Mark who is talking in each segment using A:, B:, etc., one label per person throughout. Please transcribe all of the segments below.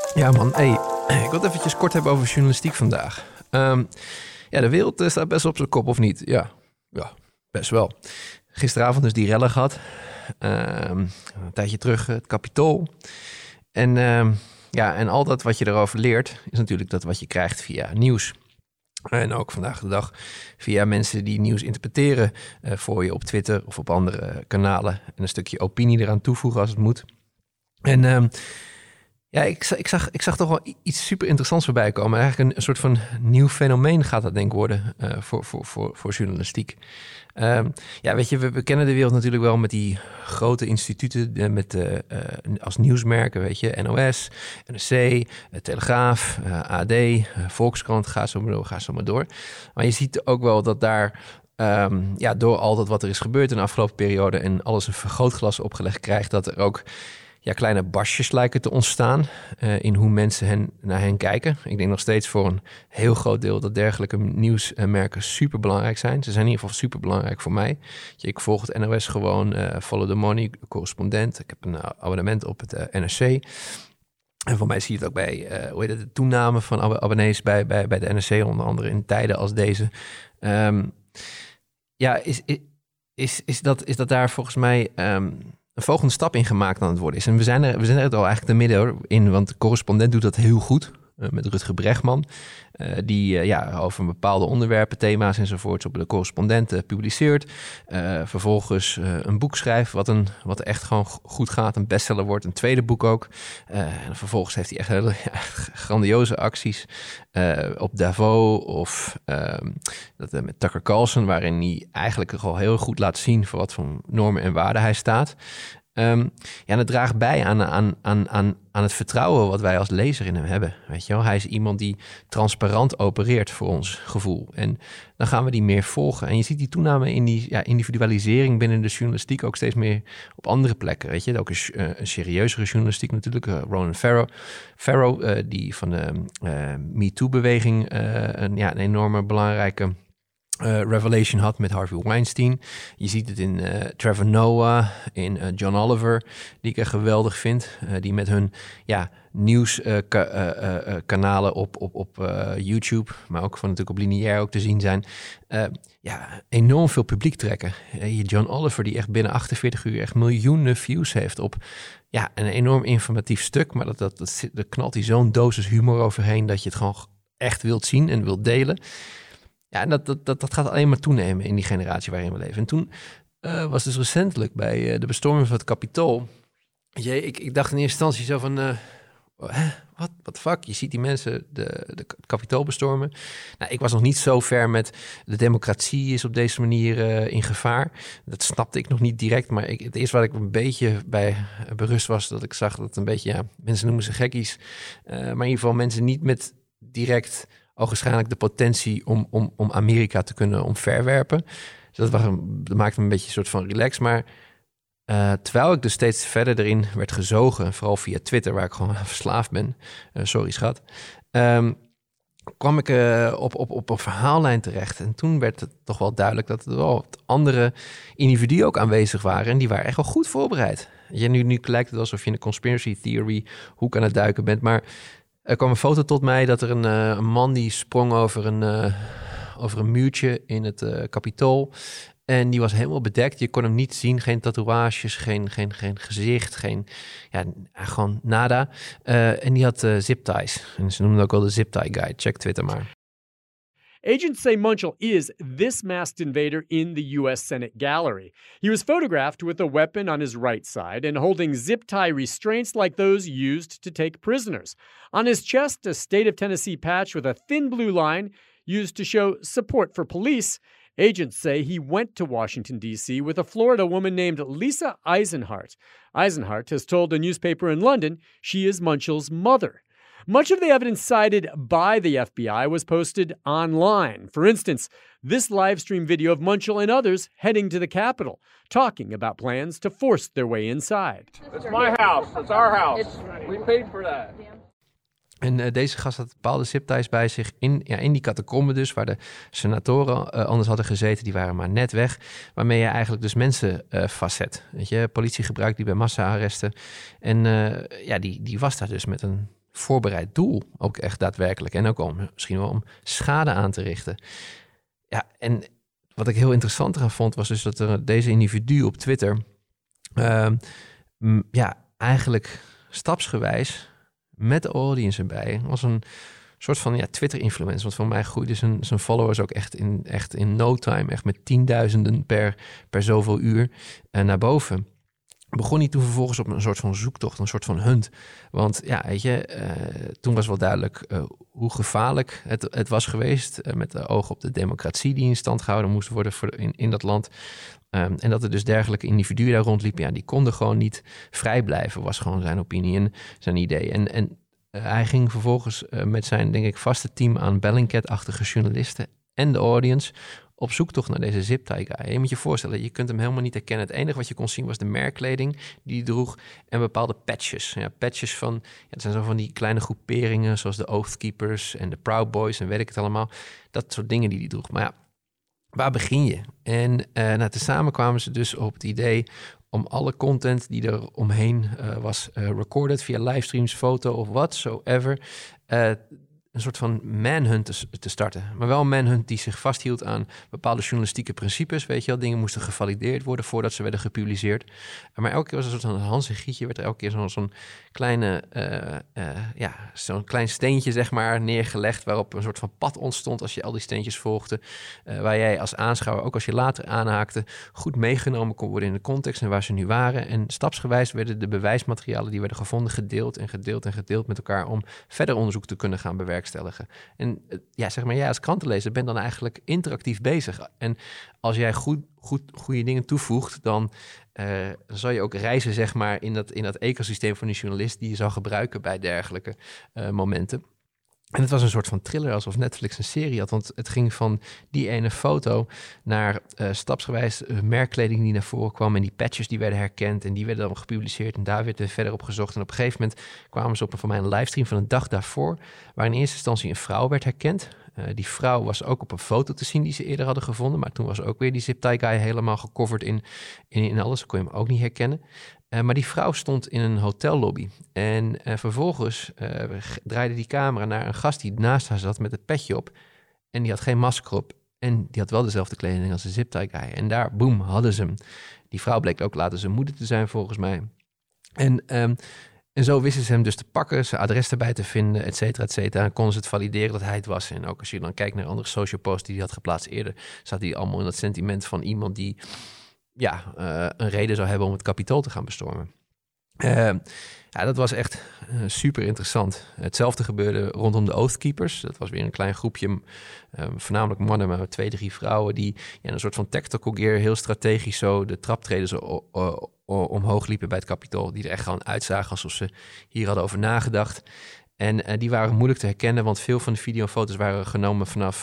A: Ja man, hey, ik wil het eventjes kort hebben over journalistiek vandaag. Ja, de wereld staat best op zijn kop, of niet? Ja, best wel. Gisteravond dus die rellen gehad. Een tijdje terug het Capitool. En al dat wat je erover leert, is natuurlijk dat wat je krijgt via nieuws. En ook vandaag de dag via mensen die nieuws interpreteren voor je op Twitter of op andere kanalen. En een stukje opinie eraan toevoegen als het moet. En ik zag toch wel iets super interessants voorbij komen. Eigenlijk een soort van nieuw fenomeen gaat dat denk ik worden voor journalistiek. Weet je, we kennen de wereld natuurlijk wel met die grote instituten als nieuwsmerken, weet je. NOS, NRC, Telegraaf, AD, Volkskrant, ga zo maar door. Maar je ziet ook wel dat daar door al dat wat er is gebeurd in de afgelopen periode en alles een vergrootglas opgelegd krijgt, dat er ook kleine barstjes lijken te ontstaan in hoe mensen naar hen kijken. Ik denk nog steeds voor een heel groot deel dat dergelijke nieuwsmerken super belangrijk zijn. Ze zijn in ieder geval super belangrijk voor mij. Ik volg het NOS gewoon, follow the money, correspondent. Ik heb een abonnement op het NRC. En voor mij zie je het ook bij de toename van abonnees bij de NRC, onder andere in tijden als deze. Is dat daar volgens mij een volgende stap in gemaakt aan het worden is. En we zijn er al eigenlijk te midden in, want de correspondent doet dat heel goed. Met Rutger Bregman, die over bepaalde onderwerpen, thema's enzovoorts op de correspondent publiceert. Vervolgens een boek schrijft, wat echt gewoon goed gaat, een bestseller wordt, een tweede boek ook. En vervolgens heeft hij echt hele grandioze acties op Davos of met Tucker Carlson, waarin hij eigenlijk al heel goed laat zien voor wat voor normen en waarden hij staat. En het draagt bij aan het vertrouwen wat wij als lezer in hem hebben. Weet je wel? Hij is iemand die transparant opereert voor ons gevoel. En dan gaan we die meer volgen. En je ziet die toename in die individualisering binnen de journalistiek ook steeds meer op andere plekken. Weet je? Ook een serieuzere journalistiek natuurlijk. Ronan Farrow, die van de MeToo-beweging een enorme belangrijke revelation had met Harvey Weinstein. Je ziet het in Trevor Noah, in John Oliver, die ik echt geweldig vind. Die met hun nieuwskanalen op YouTube, maar ook natuurlijk op lineair ook te zien zijn, enorm veel publiek trekken. John Oliver, die echt binnen 48 uur echt miljoenen views heeft op een enorm informatief stuk, maar daar knalt hij zo'n dosis humor overheen dat je het gewoon echt wilt zien en wilt delen. Ja, en dat gaat alleen maar toenemen in die generatie waarin we leven. En toen was dus recentelijk bij de bestorming van het Capitool. Ik dacht in eerste instantie zo van, what the fuck? Je ziet die mensen de Capitool bestormen. Nou, ik was nog niet zo ver met de democratie is op deze manier in gevaar. Dat snapte ik nog niet direct. Maar het eerste wat ik een beetje bij berust was, dat ik zag dat het een beetje, mensen noemen ze gekkies. Maar in ieder geval mensen niet met direct ogenschijnlijk de potentie om Amerika te kunnen omverwerpen. Dus dat maakte me een beetje een soort van relax. Maar terwijl ik dus steeds verder erin werd gezogen, vooral via Twitter, waar ik gewoon verslaafd ben, sorry schat, kwam ik op een verhaallijn terecht. En toen werd het toch wel duidelijk dat er wel andere individuen ook aanwezig waren. En die waren echt wel goed voorbereid. Nu lijkt het alsof je in de conspiracy theory hoek aan het duiken bent, maar er kwam een foto tot mij dat er een man die sprong over een muurtje in het Capitool. En die was helemaal bedekt. Je kon hem niet zien. Geen tatoeages, geen gezicht, gewoon nada. En die had zipties. En ze noemden ook wel de ziptie guy. Check Twitter maar.
B: Agents say Munchell is this masked invader in the U.S. Senate gallery. He was photographed with a weapon on his right side and holding zip tie restraints like those used to take prisoners. On his chest, a state of Tennessee patch with a thin blue line used to show support for police. Agents say he went to Washington, D.C. with a Florida woman named Lisa Eisenhart. Eisenhart has told a newspaper in London she is Munchell's mother. Much of the evidence cited by the FBI was posted online. For instance, this live stream video of Munchell and others heading to the Capitol, talking about plans to force their way inside.
C: It's my house. It's our house. We paid for that.
A: En deze gast had bepaalde zipties bij zich in die catacomben dus, waar de senatoren anders hadden gezeten. Die waren maar net weg, waarmee je eigenlijk dus mensen vastzet. Weet je, politie gebruikt die bij massa-arresten. En die was daar dus met een voorbereid doel, ook echt daadwerkelijk. En ook misschien wel om schade aan te richten. Ja, en wat ik heel interessant eraan vond, was dus dat er deze individu op Twitter eigenlijk stapsgewijs met de audience erbij als een soort van Twitter-influencer. Want voor mij groeide zijn followers ook echt in no time, echt met 10.000 per zoveel uur naar boven. Begon hij toen vervolgens op een soort van zoektocht, een soort van hunt. Want toen was wel duidelijk hoe gevaarlijk het was geweest, met de oog op de democratie die in stand gehouden moest worden in dat land. En dat er dus dergelijke individuen daar rondliepen, die konden gewoon niet vrij blijven, was gewoon zijn opinie en zijn idee. En hij ging vervolgens met zijn, denk ik, vaste team aan Bellingcat-achtige journalisten en de audience op zoektocht naar deze zip-tie guy. Je moet je voorstellen, je kunt hem helemaal niet herkennen. Het enige wat je kon zien was de merkkleding die hij droeg en bepaalde patches. Ja, patches van, het zijn zo van die kleine groeperingen zoals de Oath Keepers en de Proud Boys en weet ik het allemaal. Dat soort dingen die hij droeg. Maar ja, waar begin je? En tezamen kwamen ze dus op het idee om alle content die er omheen was recorded via livestreams, foto of whatsoever, een soort van manhunt te starten. Maar wel een manhunt die zich vasthield aan bepaalde journalistieke principes. Weet je wel, dingen moesten gevalideerd worden voordat ze werden gepubliceerd. Maar elke keer was er een soort van Hans en Gietje, werd er elke keer zo'n kleine, zo'n klein steentje zeg maar neergelegd, waarop een soort van pad ontstond als je al die steentjes volgde. Waar jij als aanschouwer, ook als je later aanhaakte, goed meegenomen kon worden in de context en waar ze nu waren. En stapsgewijs werden de bewijsmaterialen die werden gevonden gedeeld met elkaar om verder onderzoek te kunnen gaan bewerkstelligen. En jij als krantenlezer bent dan eigenlijk interactief bezig. En als jij goede dingen toevoegt, dan zal je ook reizen zeg maar in dat ecosysteem van die journalist die je zou gebruiken bij dergelijke momenten. En het was een soort van thriller, alsof Netflix een serie had. Want het ging van die ene foto naar stapsgewijs merkkleding die naar voren kwam. En die patches die werden herkend en die werden dan gepubliceerd. En daar werd er verder op gezocht. En op een gegeven moment kwamen ze op voor mij een livestream van een dag daarvoor, waar in eerste instantie een vrouw werd herkend. Die vrouw was ook op een foto te zien die ze eerder hadden gevonden. Maar toen was ook weer die zip-tie guy helemaal gecoverd in alles. Dan kon je hem ook niet herkennen. Maar die vrouw stond in een hotellobby. En vervolgens draaide die camera naar een gast die naast haar zat met het petje op. En die had geen masker op. En die had wel dezelfde kleding als de zip-tie guy. En daar, boem, hadden ze hem. Die vrouw bleek ook later zijn moeder te zijn, volgens mij. En zo wisten ze hem dus te pakken, zijn adres erbij te vinden, et cetera, et cetera. En konden ze het valideren dat hij het was. En ook als je dan kijkt naar andere social posts die hij had geplaatst eerder, zat hij allemaal in dat sentiment van iemand die een reden zou hebben om het Capitool te gaan bestormen. Dat was echt super interessant. Hetzelfde gebeurde rondom de Oath Keepers. Dat was weer een klein groepje, voornamelijk mannen, maar 2-3 vrouwen die in een soort van tactical gear heel strategisch zo de traptreden zo omhoog liepen bij het Capitool. Die er echt gewoon uitzagen alsof ze hier hadden over nagedacht. En die waren moeilijk te herkennen, want veel van de videofoto's waren genomen vanaf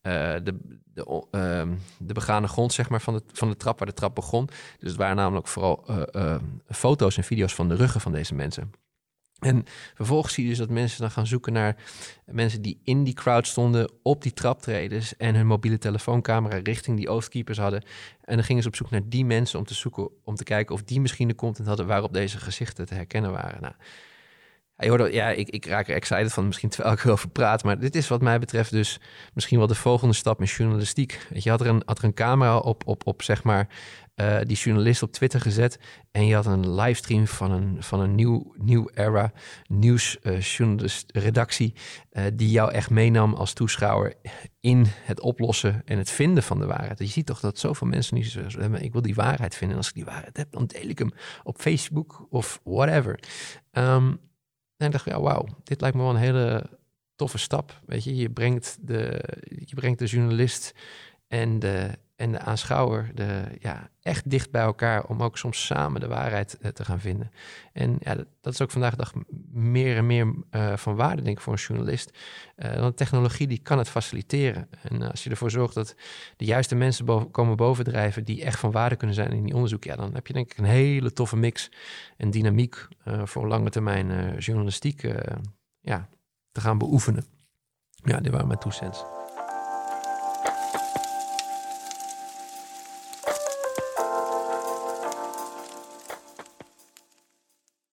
A: de begane grond zeg maar, van de trap, waar de trap begon. Dus het waren namelijk vooral foto's en video's van de ruggen van deze mensen. En vervolgens zie je dus dat mensen dan gaan zoeken naar mensen die in die crowd stonden op die traptredens en hun mobiele telefooncamera richting die Oath Keepers hadden. En dan gingen ze op zoek naar die mensen om te kijken of die misschien de content hadden waarop deze gezichten te herkennen waren. Nou, ik raak er excited van, misschien terwijl ik erover praat, maar dit is wat mij betreft dus misschien wel de volgende stap in journalistiek. Weet je, had er een camera op zeg maar, die journalist op Twitter gezet en je had een livestream van een nieuw era nieuwsredactie die jou echt meenam als toeschouwer in het oplossen en het vinden van de waarheid. Je ziet toch dat zoveel mensen nu zeggen, ik wil die waarheid vinden en als ik die waarheid heb, dan deel ik hem op Facebook of whatever. En ik dacht, wauw, dit lijkt me wel een hele toffe stap. Weet je, je brengt de journalist en de aanschouwer echt dicht bij elkaar om ook soms samen de waarheid te gaan vinden. En dat is ook vandaag de dag meer en meer van waarde, denk ik, voor een journalist. Want technologie die kan het faciliteren. En als je ervoor zorgt dat de juiste mensen komen bovendrijven die echt van waarde kunnen zijn in die onderzoek, dan heb je denk ik een hele toffe mix en dynamiek voor lange termijn journalistiek te gaan beoefenen. Ja, dit waren mijn 2 cents.